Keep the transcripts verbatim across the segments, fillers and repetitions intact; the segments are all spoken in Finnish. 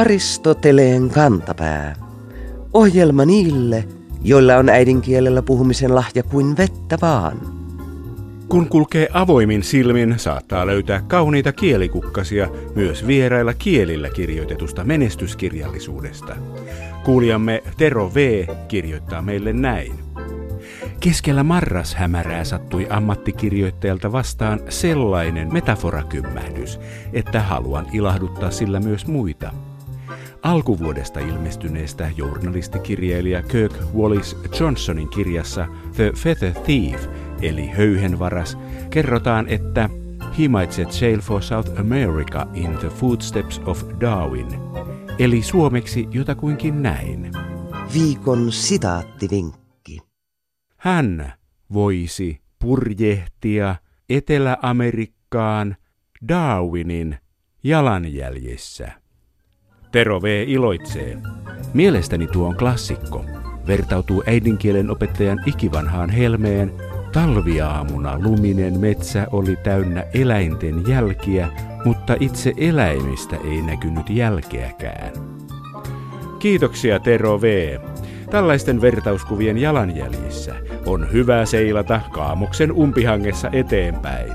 Aristoteleen kantapää. Ohjelma niille, joilla on äidinkielellä puhumisen lahja kuin vettä vaan. Kun kulkee avoimin silmin, saattaa löytää kauniita kielikukkasia myös vierailla kielillä kirjoitetusta menestyskirjallisuudesta. Kuulijamme Tero V. kirjoittaa meille näin. Keskellä marrashämärää sattui ammattikirjoittajalta vastaan sellainen metaforakymähdys, että haluan ilahduttaa sillä myös muita. Alkuvuodesta ilmestyneestä journalistikirjailija Kirk Wallace Johnsonin kirjassa The Feather Thief, eli höyhenvaras, kerrotaan, että he might set sail for South America in the footsteps of Darwin, eli suomeksi jotakuinkin näin. Viikon sitaattivinkki. Hän voisi purjehtia Etelä-Amerikkaan Darwinin jalanjäljissä. Tero V. iloitsee. Mielestäni tuo on klassikko. Vertautuu äidinkielen opettajan ikivanhaan helmeen. Talviaamuna luminen metsä oli täynnä eläinten jälkiä, mutta itse eläimistä ei näkynyt jälkeäkään. Kiitoksia Tero V. Tällaisten vertauskuvien jalanjäljissä on hyvä seilata Kaamoksen umpihangessa eteenpäin.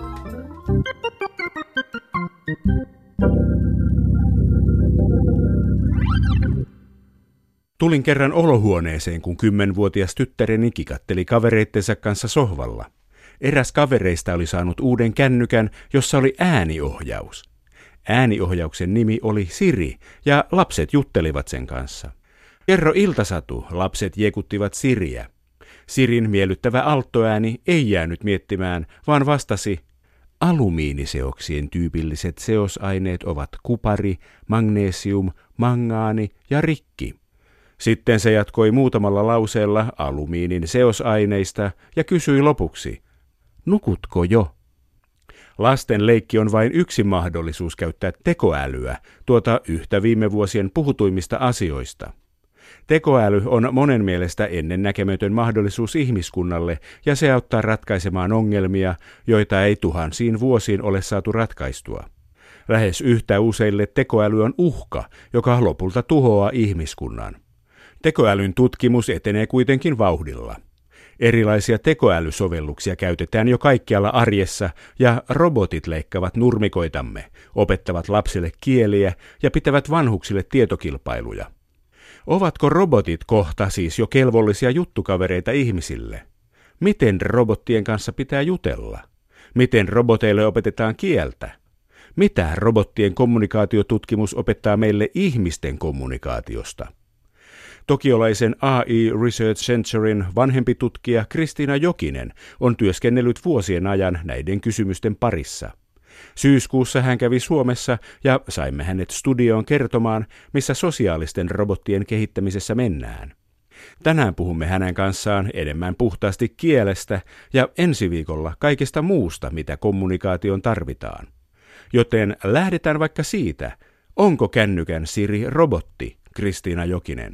Tulin kerran olohuoneeseen, kun kymmenvuotias tyttäreni kikatteli kavereittensa kanssa sohvalla. Eräs kavereista oli saanut uuden kännykän, jossa oli ääniohjaus. Ääniohjauksen nimi oli Siri, ja lapset juttelivat sen kanssa. Kerro iltasatu, lapset jekuttivat Siriä. Sirin miellyttävä alttoääni ei jäänyt miettimään, vaan vastasi, alumiiniseoksien tyypilliset seosaineet ovat kupari, magnesium, mangaani ja rikki. Sitten se jatkoi muutamalla lauseella alumiinin seosaineista ja kysyi lopuksi, nukutko jo? Lasten leikki on vain yksi mahdollisuus käyttää tekoälyä, tuota yhtä viime vuosien puhutuimmista asioista. Tekoäly on monen mielestä ennennäkemätön mahdollisuus ihmiskunnalle ja se auttaa ratkaisemaan ongelmia, joita ei tuhansiin vuosiin ole saatu ratkaistua. Lähes yhtä useille tekoäly on uhka, joka lopulta tuhoaa ihmiskunnan. Tekoälyn tutkimus etenee kuitenkin vauhdilla. Erilaisia tekoälysovelluksia käytetään jo kaikkialla arjessa ja robotit leikkaavat nurmikoitamme, opettavat lapsille kieliä ja pitävät vanhuksille tietokilpailuja. Ovatko robotit kohta siis jo kelvollisia juttukavereita ihmisille? Miten robottien kanssa pitää jutella? Miten roboteille opetetaan kieltä? Mitä robottien kommunikaatiotutkimus opettaa meille ihmisten kommunikaatiosta? Tokiolaisen A I Research Centerin vanhempi tutkija Kristiina Jokinen on työskennellyt vuosien ajan näiden kysymysten parissa. Syyskuussa hän kävi Suomessa ja saimme hänet studioon kertomaan, missä sosiaalisten robottien kehittämisessä mennään. Tänään puhumme hänen kanssaan enemmän puhtaasti kielestä ja ensi viikolla kaikesta muusta, mitä kommunikaation tarvitaan. Joten lähdetään vaikka siitä, onko kännykän Siri robotti, Kristiina Jokinen.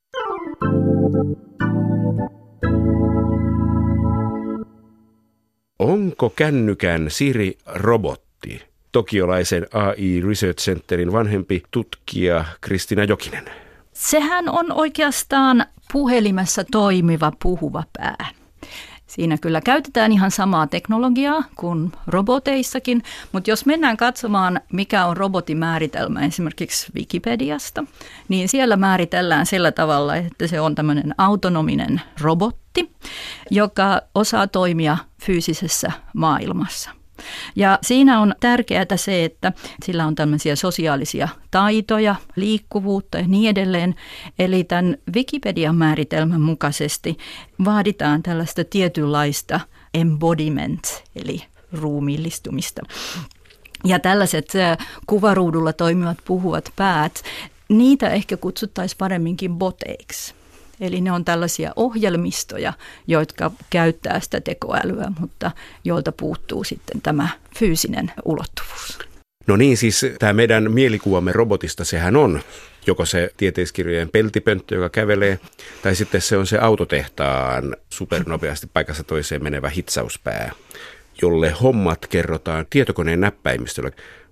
Onko kännykän Siri robotti? Tokiolaisen A I Research Centerin vanhempi tutkija Kristiina Jokinen. Sehän on oikeastaan puhelimessa toimiva puhuva pää. Siinä kyllä käytetään ihan samaa teknologiaa kuin roboteissakin, mutta jos mennään katsomaan, mikä on robotin määritelmä esimerkiksi Wikipediasta, niin siellä määritellään sillä tavalla, että se on tämmöinen autonominen robotti, joka osaa toimia fyysisessä maailmassa. Ja siinä on tärkeää se, että sillä on tämmöisiä sosiaalisia taitoja, liikkuvuutta ja niin edelleen. Eli tämän Wikipedian määritelmän mukaisesti vaaditaan tällaista tietynlaista embodiment, eli ruumiillistumista. Ja tällaiset kuvaruudulla toimivat puhuvat päät, niitä ehkä kutsuttaisiin paremminkin boteiksi. Eli ne on tällaisia ohjelmistoja, jotka käyttää sitä tekoälyä, mutta joilta puuttuu sitten tämä fyysinen ulottuvuus. No niin, siis tämä meidän mielikuvamme robotista, sehän on joko se tieteiskirjojen peltipönttö, joka kävelee, tai sitten se on se autotehtaan supernopeasti paikassa toiseen menevä hitsauspää, jolle hommat kerrotaan tietokoneen näppäimistöllä.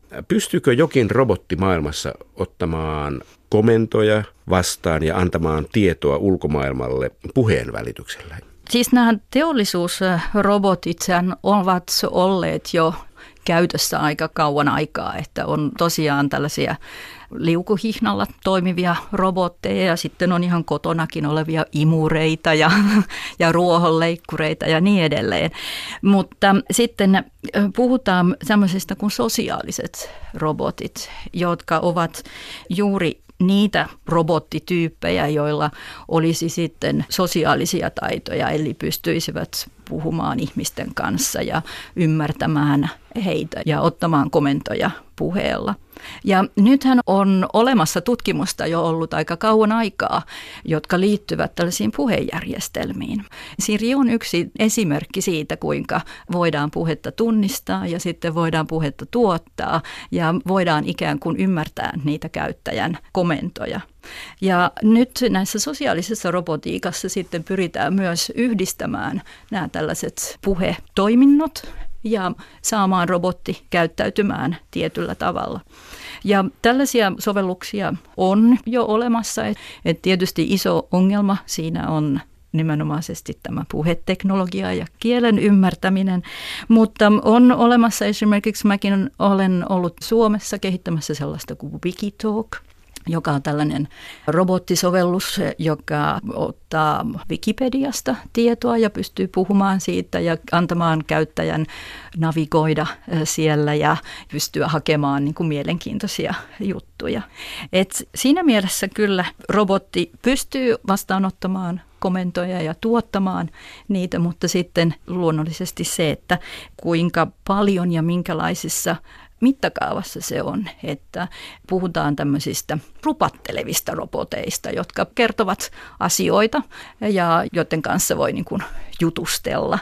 Pystyykö jokin robotti maailmassa ottamaan komentoja vastaan ja antamaan tietoa ulkomaailmalle puheen välityksellä? Siis nämä teollisuusrobotit ovat olleet jo käytössä aika kauan aikaa, että on tosiaan tällaisia liukuhihnalla toimivia robotteja ja sitten on ihan kotonakin olevia imureita ja, ja ruohonleikkureita ja niin edelleen. Mutta sitten puhutaan sellaisista kuin sosiaaliset robotit, jotka ovat juuri niitä robottityyppejä, joilla olisi sitten sosiaalisia taitoja, eli pystyisivät puhumaan ihmisten kanssa ja ymmärtämään heitä ja ottamaan komentoja puheella. Ja nythän on olemassa tutkimusta jo ollut aika kauan aikaa, jotka liittyvät tällaisiin puhejärjestelmiin. Siri on yksi esimerkki siitä, kuinka voidaan puhetta tunnistaa ja sitten voidaan puhetta tuottaa ja voidaan ikään kuin ymmärtää niitä käyttäjän komentoja. Ja nyt näissä sosiaalisessa robotiikassa sitten pyritään myös yhdistämään nämä tällaiset puhetoiminnot ja saamaan robotti käyttäytymään tietyllä tavalla. Ja tällaisia sovelluksia on jo olemassa, että tietysti iso ongelma siinä on nimenomaisesti tämä puheteknologia ja kielen ymmärtäminen, mutta on olemassa esimerkiksi, mäkin olen ollut Suomessa kehittämässä sellaista kuin Wikitalk, joka on tällainen robottisovellus, joka ottaa Wikipediasta tietoa ja pystyy puhumaan siitä ja antamaan käyttäjän navigoida siellä ja pystyä hakemaan niin kuin mielenkiintoisia juttuja. Et siinä mielessä kyllä robotti pystyy vastaanottamaan komentoja ja tuottamaan niitä, mutta sitten luonnollisesti se, että kuinka paljon ja minkälaisissa mittakaavassa se on, että puhutaan tämmöisistä rupattelevista roboteista, jotka kertovat asioita ja joiden kanssa voi niin kuin jutustella.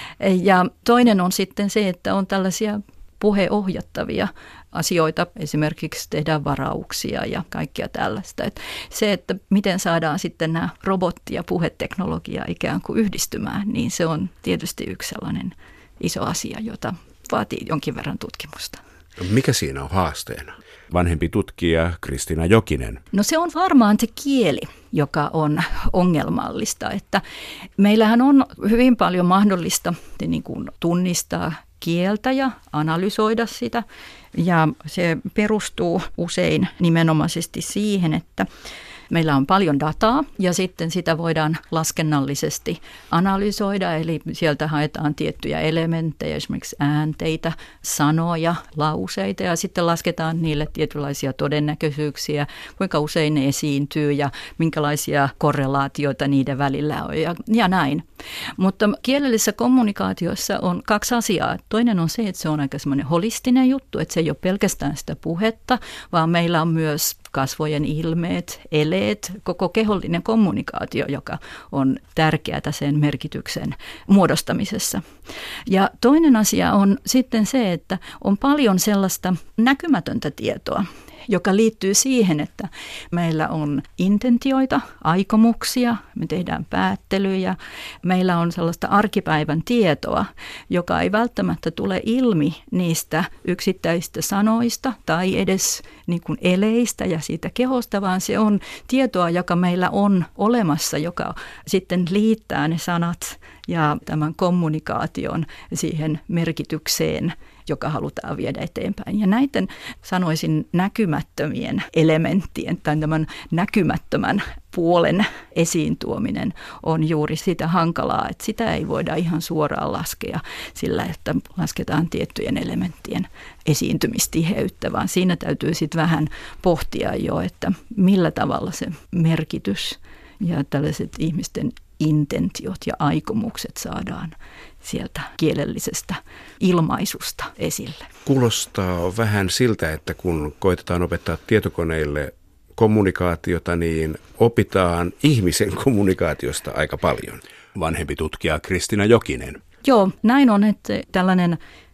Ja toinen on sitten se, että on tällaisia puheohjattavia asioita, esimerkiksi tehdään varauksia ja kaikkea tällaista. Että se, että miten saadaan sitten nämä robotti- ja puheteknologia ikään kuin yhdistymään, niin se on tietysti yksi sellainen iso asia, jota vaatii jonkin verran tutkimusta. Mikä siinä on haasteena? Vanhempi tutkija Kristiina Jokinen. No se on varmaan se kieli, joka on ongelmallista. Että meillähän on hyvin paljon mahdollista niin kuin tunnistaa kieltä ja analysoida sitä. Ja se perustuu usein nimenomaisesti siihen, että meillä on paljon dataa ja sitten sitä voidaan laskennallisesti analysoida, eli sieltä haetaan tiettyjä elementtejä, esimerkiksi äänteitä, sanoja, lauseita ja sitten lasketaan niille tietynlaisia todennäköisyyksiä, kuinka usein ne esiintyy ja minkälaisia korrelaatioita niiden välillä on ja, ja näin. Mutta kielellisessä kommunikaatiossa on kaksi asiaa. Toinen on se, että se on aika semmoinen holistinen juttu, että se ei ole pelkästään sitä puhetta, vaan meillä on myös kasvojen ilmeet, eleet, koko kehollinen kommunikaatio, joka on tärkeää sen merkityksen muodostamisessa. Ja toinen asia on sitten se, että on paljon sellaista näkymätöntä tietoa, joka liittyy siihen, että meillä on intentioita, aikomuksia, me tehdään päättelyjä, meillä on sellaista arkipäivän tietoa, joka ei välttämättä tule ilmi niistä yksittäisistä sanoista tai edes niin kuin eleistä ja siitä kehosta, vaan se on tietoa, joka meillä on olemassa, joka sitten liittää ne sanat ja tämän kommunikaation siihen merkitykseen, joka halutaan viedä eteenpäin. Ja näiden, sanoisin, näkymättömien elementtien tai tämän näkymättömän puolen esiin tuominen on juuri sitä hankalaa, että sitä ei voida ihan suoraan laskea sillä, että lasketaan tiettyjen elementtien esiintymistiheyttä, vaan siinä täytyy sitten vähän pohtia jo, että millä tavalla se merkitys ja tällaiset ihmisten intentiot ja aikomukset saadaan sieltä kielellisestä ilmaisusta esille. Kuulostaa vähän siltä, että kun koitetaan opettaa tietokoneille kommunikaatiota, niin opitaan ihmisen kommunikaatiosta aika paljon. Vanhempi tutkija Kristiina Jokinen. Joo, näin on, että tällainen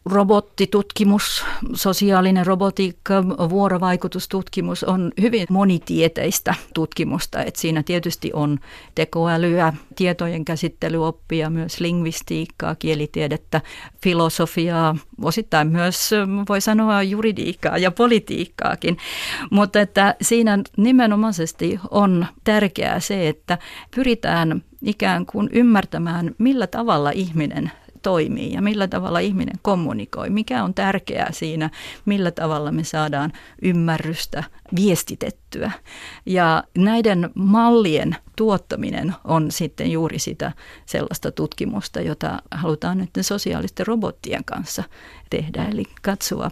robottitutkimus, sosiaalinen robotiikka, vuorovaikutustutkimus on hyvin monitieteistä tutkimusta. Et siinä tietysti on tekoälyä, tietojen käsittelyoppia, myös lingvistiikkaa, kielitiedettä, filosofiaa, osittain myös voi sanoa juridiikkaa ja politiikkaakin. Mutta että siinä nimenomaisesti on tärkeää se, että pyritään ikään kuin ymmärtämään, millä tavalla ihminen toimii ja millä tavalla ihminen kommunikoi, mikä on tärkeää siinä, millä tavalla me saadaan ymmärrystä viestitettyä. Ja näiden mallien tuottaminen on sitten juuri sitä sellaista tutkimusta, jota halutaan nyt sosiaalisten robottien kanssa tehdä, eli katsoa,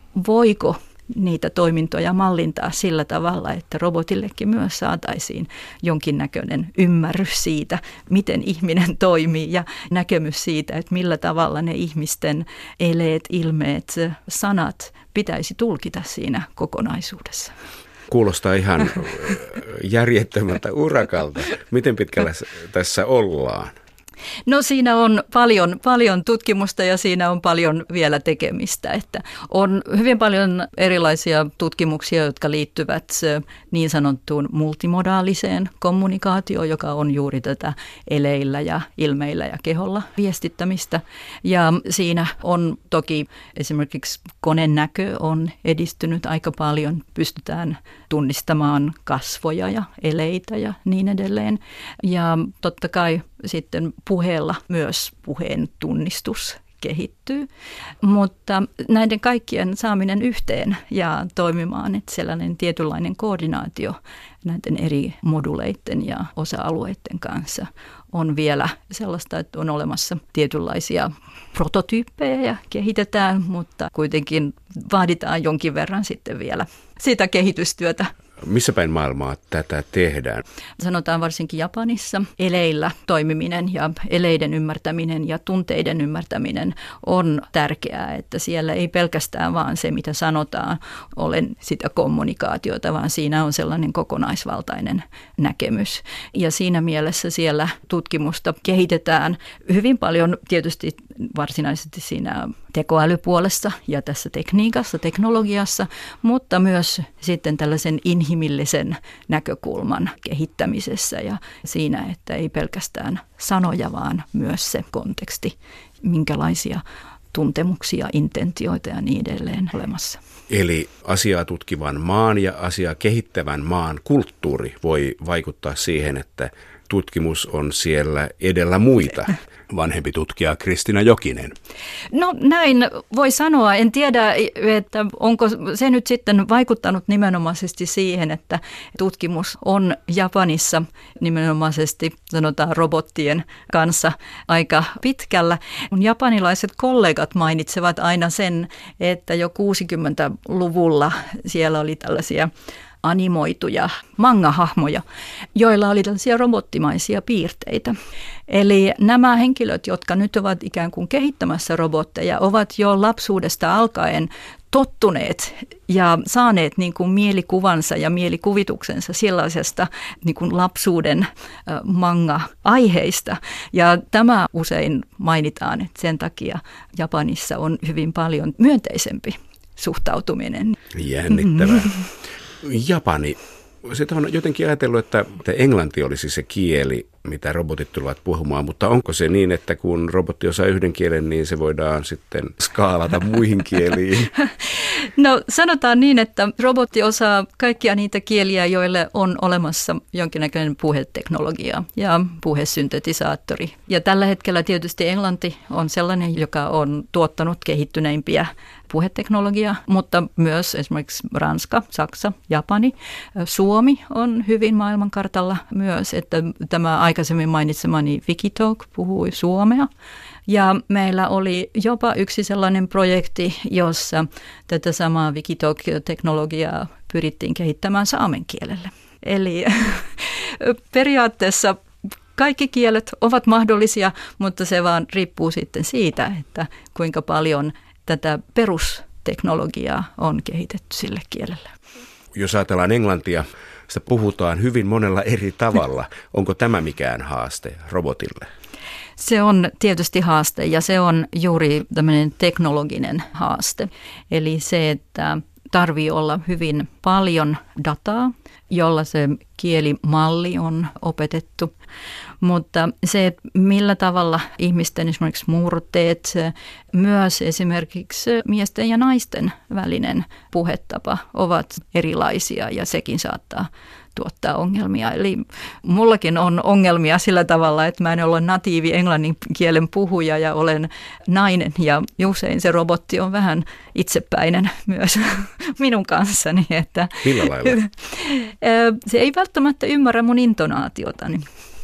voiko niitä toimintoja mallintaa sillä tavalla, että robotillekin myös saataisiin jonkinnäköinen ymmärrys siitä, miten ihminen toimii ja näkemys siitä, että millä tavalla ne ihmisten eleet, ilmeet, sanat pitäisi tulkita siinä kokonaisuudessa. Kuulostaa ihan järjettömältä urakalta. Miten pitkällä tässä ollaan? No siinä on paljon, paljon tutkimusta ja siinä on paljon vielä tekemistä. Että on hyvin paljon erilaisia tutkimuksia, jotka liittyvät niin sanottuun multimodaaliseen kommunikaatioon, joka on juuri tätä eleillä ja ilmeillä ja keholla viestittämistä. Ja siinä on toki esimerkiksi konenäkö on edistynyt aika paljon. Pystytään tunnistamaan kasvoja ja eleitä ja niin edelleen. Ja totta kai sitten puheella myös puheen tunnistus kehittyy, mutta näiden kaikkien saaminen yhteen ja toimimaan, että sellainen tietynlainen koordinaatio näiden eri moduleiden ja osa-alueiden kanssa on vielä sellaista, että on olemassa tietynlaisia prototyyppejä ja kehitetään, mutta kuitenkin vaaditaan jonkin verran sitten vielä sitä kehitystyötä. Missä päin maailmaa tätä tehdään? Sanotaan varsinkin Japanissa eleillä toimiminen ja eleiden ymmärtäminen ja tunteiden ymmärtäminen on tärkeää, että siellä ei pelkästään vaan se, mitä sanotaan, ole sitä kommunikaatiota, vaan siinä on sellainen kokonaisvaltainen näkemys. Ja siinä mielessä siellä tutkimusta kehitetään hyvin paljon tietysti varsinaisesti siinä tekoälypuolessa ja tässä tekniikassa, teknologiassa, mutta myös sitten tällaisen inhimillisen näkökulman kehittämisessä ja siinä, että ei pelkästään sanoja, vaan myös se konteksti, minkälaisia tuntemuksia, intentioita ja niin edelleen olemassa. Eli asiaa tutkivan maan ja asiaa kehittävän maan kulttuuri voi vaikuttaa siihen, että tutkimus on siellä edellä muita. Vanhempi tutkija Kristiina Jokinen. No näin voi sanoa. En tiedä, että onko se nyt sitten vaikuttanut nimenomaisesti siihen, että tutkimus on Japanissa nimenomaisesti sanotaan robottien kanssa aika pitkällä. Japanilaiset kollegat mainitsevat aina sen, että jo kuusikymmentäluvulla siellä oli tällaisia animoituja manga-hahmoja, joilla oli tällaisia robottimaisia piirteitä. Eli nämä henkilöt, jotka nyt ovat ikään kuin kehittämässä robotteja, ovat jo lapsuudesta alkaen tottuneet ja saaneet niin kuin mielikuvansa ja mielikuvituksensa sellaisesta niin kuin lapsuuden manga-aiheista. Ja tämä usein mainitaan, että sen takia Japanissa on hyvin paljon myönteisempi suhtautuminen. Jännittävää. Japani. Sitä on jotenkin ajatellut, että englanti olisi se kieli, mitä robotit tulevat puhumaan, mutta onko se niin, että kun robotti osaa yhden kielen, niin se voidaan sitten skaalata muihin kieliin? No sanotaan niin, että robotti osaa kaikkia niitä kieliä, joille on olemassa jonkinnäköinen puheteknologia ja puhesyntetisaattori. Ja tällä hetkellä tietysti englanti on sellainen, joka on tuottanut kehittyneimpiä puheteknologiaa, mutta myös esimerkiksi Ranska, Saksa, Japani, Suomi on hyvin maailmankartalla myös, että tämä aikaisemmin mainitsemani Wikitalk puhui suomea. Ja meillä oli jopa yksi sellainen projekti, jossa tätä samaa Wikitalk-teknologiaa pyrittiin kehittämään saamen kielelle. Eli periaatteessa kaikki kielet ovat mahdollisia, mutta se vaan riippuu sitten siitä, että kuinka paljon tätä perusteknologiaa on kehitetty sille kielelle. Jos ajatellaan englantia, sitä puhutaan hyvin monella eri tavalla. Onko tämä mikään haaste robotille? Se on tietysti haaste ja se on juuri tämmöinen teknologinen haaste. Eli se, että tarvii olla hyvin paljon dataa, jolla se kielimalli on opetettu. Mutta se, millä tavalla ihmisten esimerkiksi murteet, myös esimerkiksi miesten ja naisten välinen puhetapa ovat erilaisia ja sekin saattaa tuottaa ongelmia. Eli mullakin on ongelmia sillä tavalla, että mä en ole natiivi englannin kielen puhuja ja olen nainen ja usein se robotti on vähän itsepäinen myös minun kanssani. Että millä lailla? Se ei välttämättä ymmärrä mun intonaatiotani.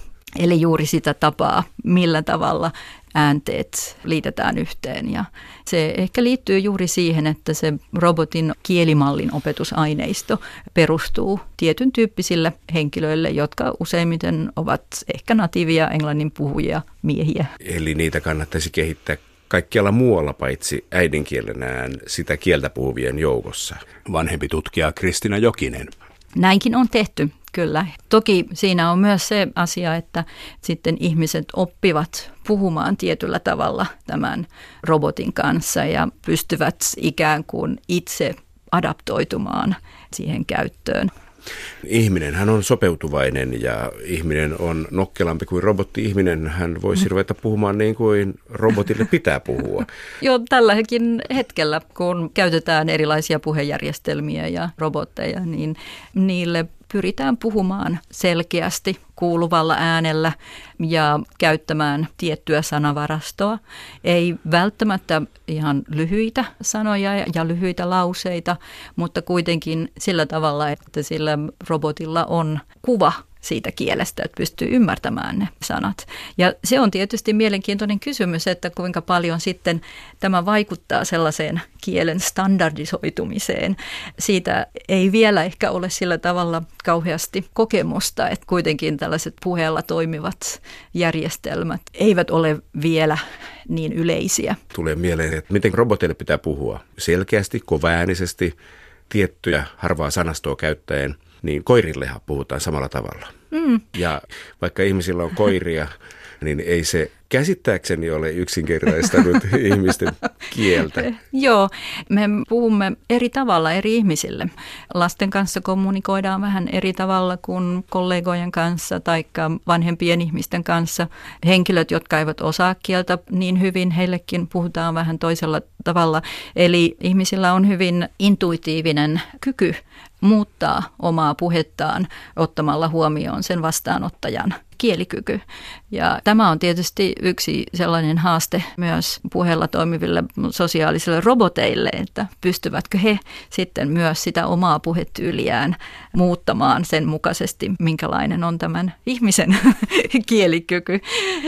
Eli juuri sitä tapaa, millä tavalla äänteet liitetään yhteen. Ja se ehkä liittyy juuri siihen, että se robotin kielimallin opetusaineisto perustuu tietyn tyyppisille henkilöille, jotka useimmiten ovat ehkä natiivia englannin puhujia miehiä. Eli niitä kannattaisi kehittää kaikkialla muualla paitsi äidinkielenään sitä kieltä puhuvien joukossa. Vanhempi tutkija Kristina Jokinen. Näinkin on tehty, kyllä. Toki siinä on myös se asia, että sitten ihmiset oppivat puhumaan tietyllä tavalla tämän robotin kanssa ja pystyvät ikään kuin itse adaptoitumaan siihen käyttöön. Ihminenhän on sopeutuvainen ja ihminen on nokkelampi kuin robotti. Ihminen hän voisi ruveta puhumaan niin kuin robotille pitää puhua. Joo, tälläkin hetkellä, kun käytetään erilaisia puhejärjestelmiä ja robotteja, niin niille pyritään puhumaan selkeästi kuuluvalla äänellä ja käyttämään tiettyä sanavarastoa. Ei välttämättä ihan lyhyitä sanoja ja lyhyitä lauseita, mutta kuitenkin sillä tavalla, että sillä robotilla on kuva siitä kielestä, että pystyy ymmärtämään ne sanat. Ja se on tietysti mielenkiintoinen kysymys, että kuinka paljon sitten tämä vaikuttaa sellaiseen kielen standardisoitumiseen. Siitä ei vielä ehkä ole sillä tavalla kauheasti kokemusta, että kuitenkin tällaiset puheella toimivat järjestelmät eivät ole vielä niin yleisiä. Tulee mieleen, että miten roboteille pitää puhua selkeästi, kovaäänisesti, tiettyjä harvaa sanastoa käyttäen. Niin koirillehan puhutaan samalla tavalla. Mm. Ja vaikka ihmisillä on koiria, niin ei se käsittääkseni ole yksinkertaistanut ihmisten kieltä. Joo, me puhumme eri tavalla eri ihmisille. Lasten kanssa kommunikoidaan vähän eri tavalla kuin kollegojen kanssa tai vanhempien ihmisten kanssa. Henkilöt, jotka eivät osaa kieltä niin hyvin, heillekin puhutaan vähän toisella tavalla. Eli ihmisillä on hyvin intuitiivinen kyky muuttaa omaa puhettaan ottamalla huomioon sen vastaanottajan kielikyky. Ja tämä on tietysti yksi sellainen haaste myös puheella toimiville sosiaalisille roboteille, että pystyvätkö he sitten myös sitä omaa puhetyyliään muuttamaan sen mukaisesti, minkälainen on tämän ihmisen kielikyky.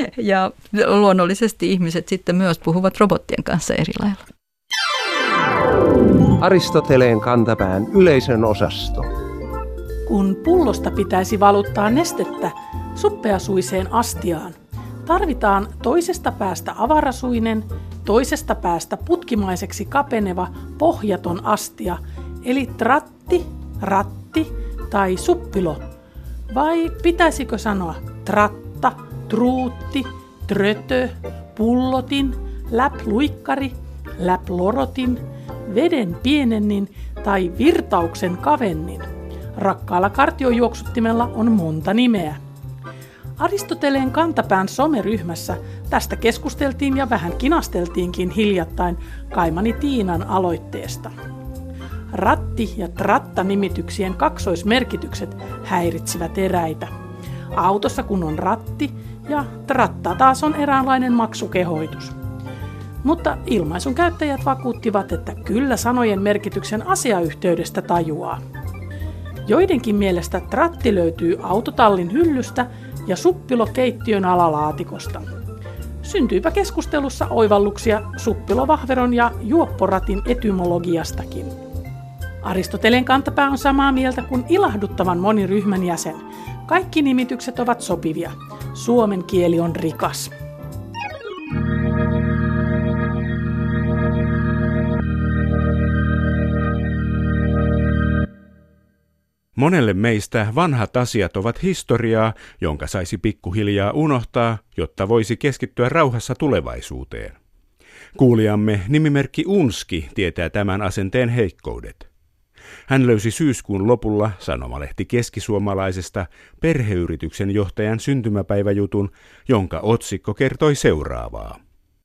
Ja luonnollisesti ihmiset sitten myös puhuvat robottien kanssa eri lailla. Aristoteleen kantapään yleisön osasto. Kun pullosta pitäisi valuttaa nestettä suppeasuiseen astiaan, tarvitaan toisesta päästä avarasuinen, toisesta päästä putkimaiseksi kapeneva pohjaton astia, eli tratti, ratti tai suppilo. Vai pitäisikö sanoa tratta, truutti, trötö, pullotin, läpluikkari, läplorotin, veden pienennin tai virtauksen kavennin? Rakkaalla kartiojuoksuttimella on monta nimeä. Aristoteleen kantapään someryhmässä tästä keskusteltiin ja vähän kinasteltiinkin hiljattain kaimani Tiinan aloitteesta. Ratti- ja tratta-nimityksien kaksoismerkitykset häiritsivät eräitä. Autossa kun on ratti ja tratta taas on eräänlainen maksukehoitus. Mutta ilmaisun käyttäjät vakuuttivat, että kyllä sanojen merkityksen asiayhteydestä tajuaa. Joidenkin mielestä tratti löytyy autotallin hyllystä ja suppilo keittiön alalaatikosta. Syntyypä keskustelussa oivalluksia suppilovahveron ja juopporatin etymologiastakin. Aristoteleen kantapää on samaa mieltä kuin ilahduttavan moni ryhmän jäsen. Kaikki nimitykset ovat sopivia. Suomen kieli on rikas. Monelle meistä vanhat asiat ovat historiaa, jonka saisi pikkuhiljaa unohtaa, jotta voisi keskittyä rauhassa tulevaisuuteen. Kuulijamme nimimerkki Unski tietää tämän asenteen heikkoudet. Hän löysi syyskuun lopulla sanomalehti Keskisuomalaisesta perheyrityksen johtajan syntymäpäiväjutun, jonka otsikko kertoi seuraavaa.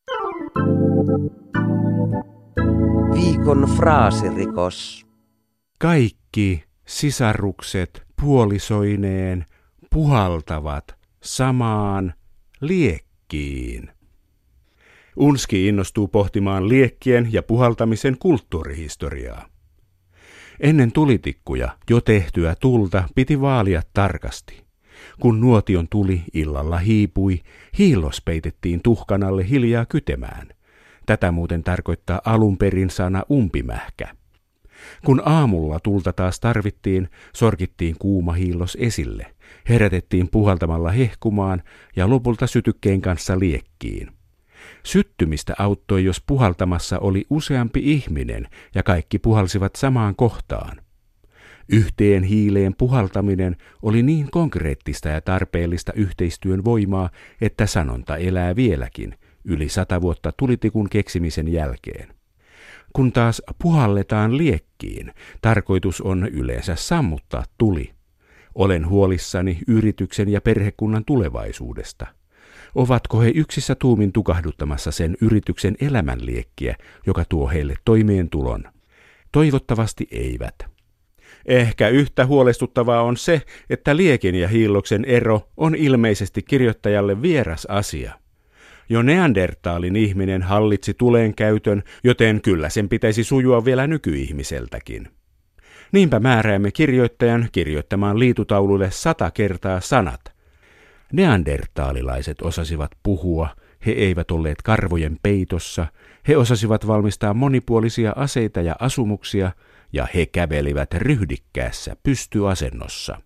Viikon fraasirikos. Kaikki sisarukset puolisoineen puhaltavat samaan liekkiin. Unski innostuu pohtimaan liekkien ja puhaltamisen kulttuurihistoriaa. Ennen tulitikkuja jo tehtyä tulta piti vaalia tarkasti. Kun nuotion tuli illalla hiipui, hiillos peitettiin tuhkan alle hiljaa kytemään. Tätä muuten tarkoittaa alun perin sana umpimähkä. Kun aamulla tulta taas tarvittiin, sorkittiin kuuma hiillos esille, herätettiin puhaltamalla hehkumaan ja lopulta sytykkeen kanssa liekkiin. Syttymistä auttoi, jos puhaltamassa oli useampi ihminen ja kaikki puhalsivat samaan kohtaan. Yhteen hiileen puhaltaminen oli niin konkreettista ja tarpeellista yhteistyön voimaa, että sanonta elää vieläkin, yli sata vuotta tulitikun keksimisen jälkeen. Kun taas puhalletaan liekkiin, tarkoitus on yleensä sammuttaa tuli. Olen huolissani yrityksen ja perhekunnan tulevaisuudesta. Ovatko he yksissä tuumin tukahduttamassa sen yrityksen elämänliekkiä, joka tuo heille toimeentulon? Toivottavasti eivät. Ehkä yhtä huolestuttavaa on se, että liekin ja hiilloksen ero on ilmeisesti kirjoittajalle vieras asia. Jo neandertaalin ihminen hallitsi tulen käytön, joten kyllä sen pitäisi sujua vielä nykyihmiseltäkin. Niinpä määräämme kirjoittajan kirjoittamaan liitutaululle sata kertaa sanat. Neandertaalilaiset osasivat puhua, he eivät olleet karvojen peitossa, he osasivat valmistaa monipuolisia aseita ja asumuksia, ja he kävelivät ryhdikkäässä pystyasennossa.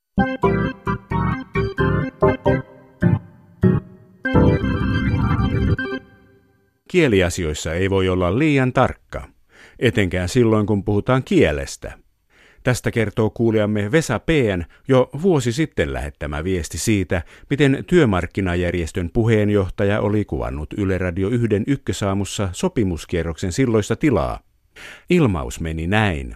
Kieliasioissa ei voi olla liian tarkka, etenkään silloin kun puhutaan kielestä. Tästä kertoo kuulijamme Vesa P:n jo vuosi sitten lähettämä viesti siitä, miten työmarkkinajärjestön puheenjohtaja oli kuvannut Yle Radio yhden ykkösaamussa sopimuskierroksen silloista tilaa. Ilmaus meni näin.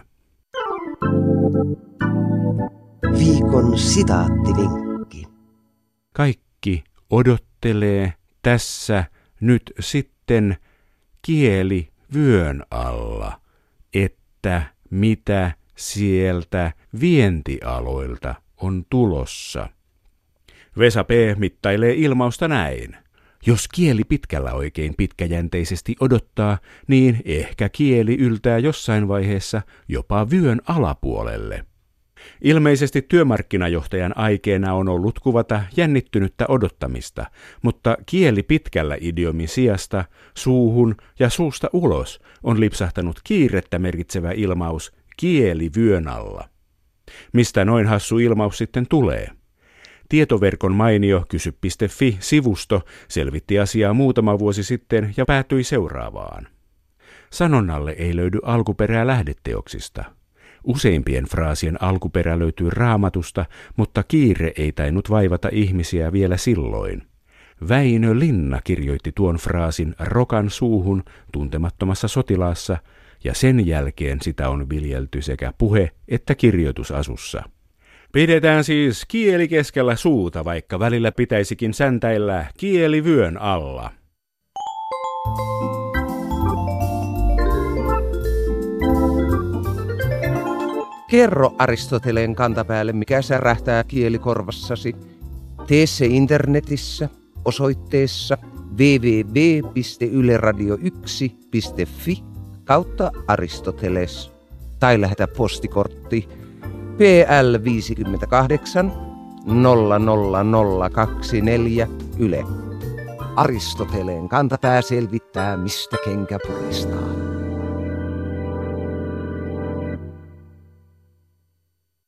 Viikon sitaattivinkki. Kaikki odottelee tässä nyt sitten kieli vyön alla, että mitä sieltä vientialoilta on tulossa. Vesa P. mittailee ilmausta näin. Jos kieli pitkällä oikein pitkäjänteisesti odottaa, niin ehkä kieli yltää jossain vaiheessa jopa vyön alapuolelle. Ilmeisesti työmarkkinajohtajan aikeena on ollut kuvata jännittynyttä odottamista, mutta kieli pitkällä idiomin sijasta suuhun ja suusta ulos on lipsahtanut kiirettä merkitsevä ilmaus kieli vyön alla. Mistä noin hassu ilmaus sitten tulee? Tietoverkon mainio kysy piste fi-sivusto selvitti asiaa muutama vuosi sitten ja päätyi seuraavaan. Sanonnalle ei löydy alkuperää lähdeteoksista. Useimpien fraasien alkuperä löytyy Raamatusta, mutta kiire ei tainnut vaivata ihmisiä vielä silloin. Väinö Linna kirjoitti tuon fraasin rokan suuhun tuntemattomassa sotilaassa, ja sen jälkeen sitä on viljelty sekä puhe- että kirjoitusasussa. Pidetään siis kieli keskellä suuta, vaikka välillä pitäisikin säntäillä kieli vyön alla. Kerro Aristoteleen kantapäälle, mikä särähtää kielikorvassasi. Tee se internetissä osoitteessa double-u double-u double-u piste yle radio yksi piste fi kautta Aristoteles tai lähetä postikortti P L viisikymmentäkahdeksan nolla nolla nolla kaksikymmentäneljä Yle. Aristoteleen kantapää selvittää, mistä kenkä puristaa.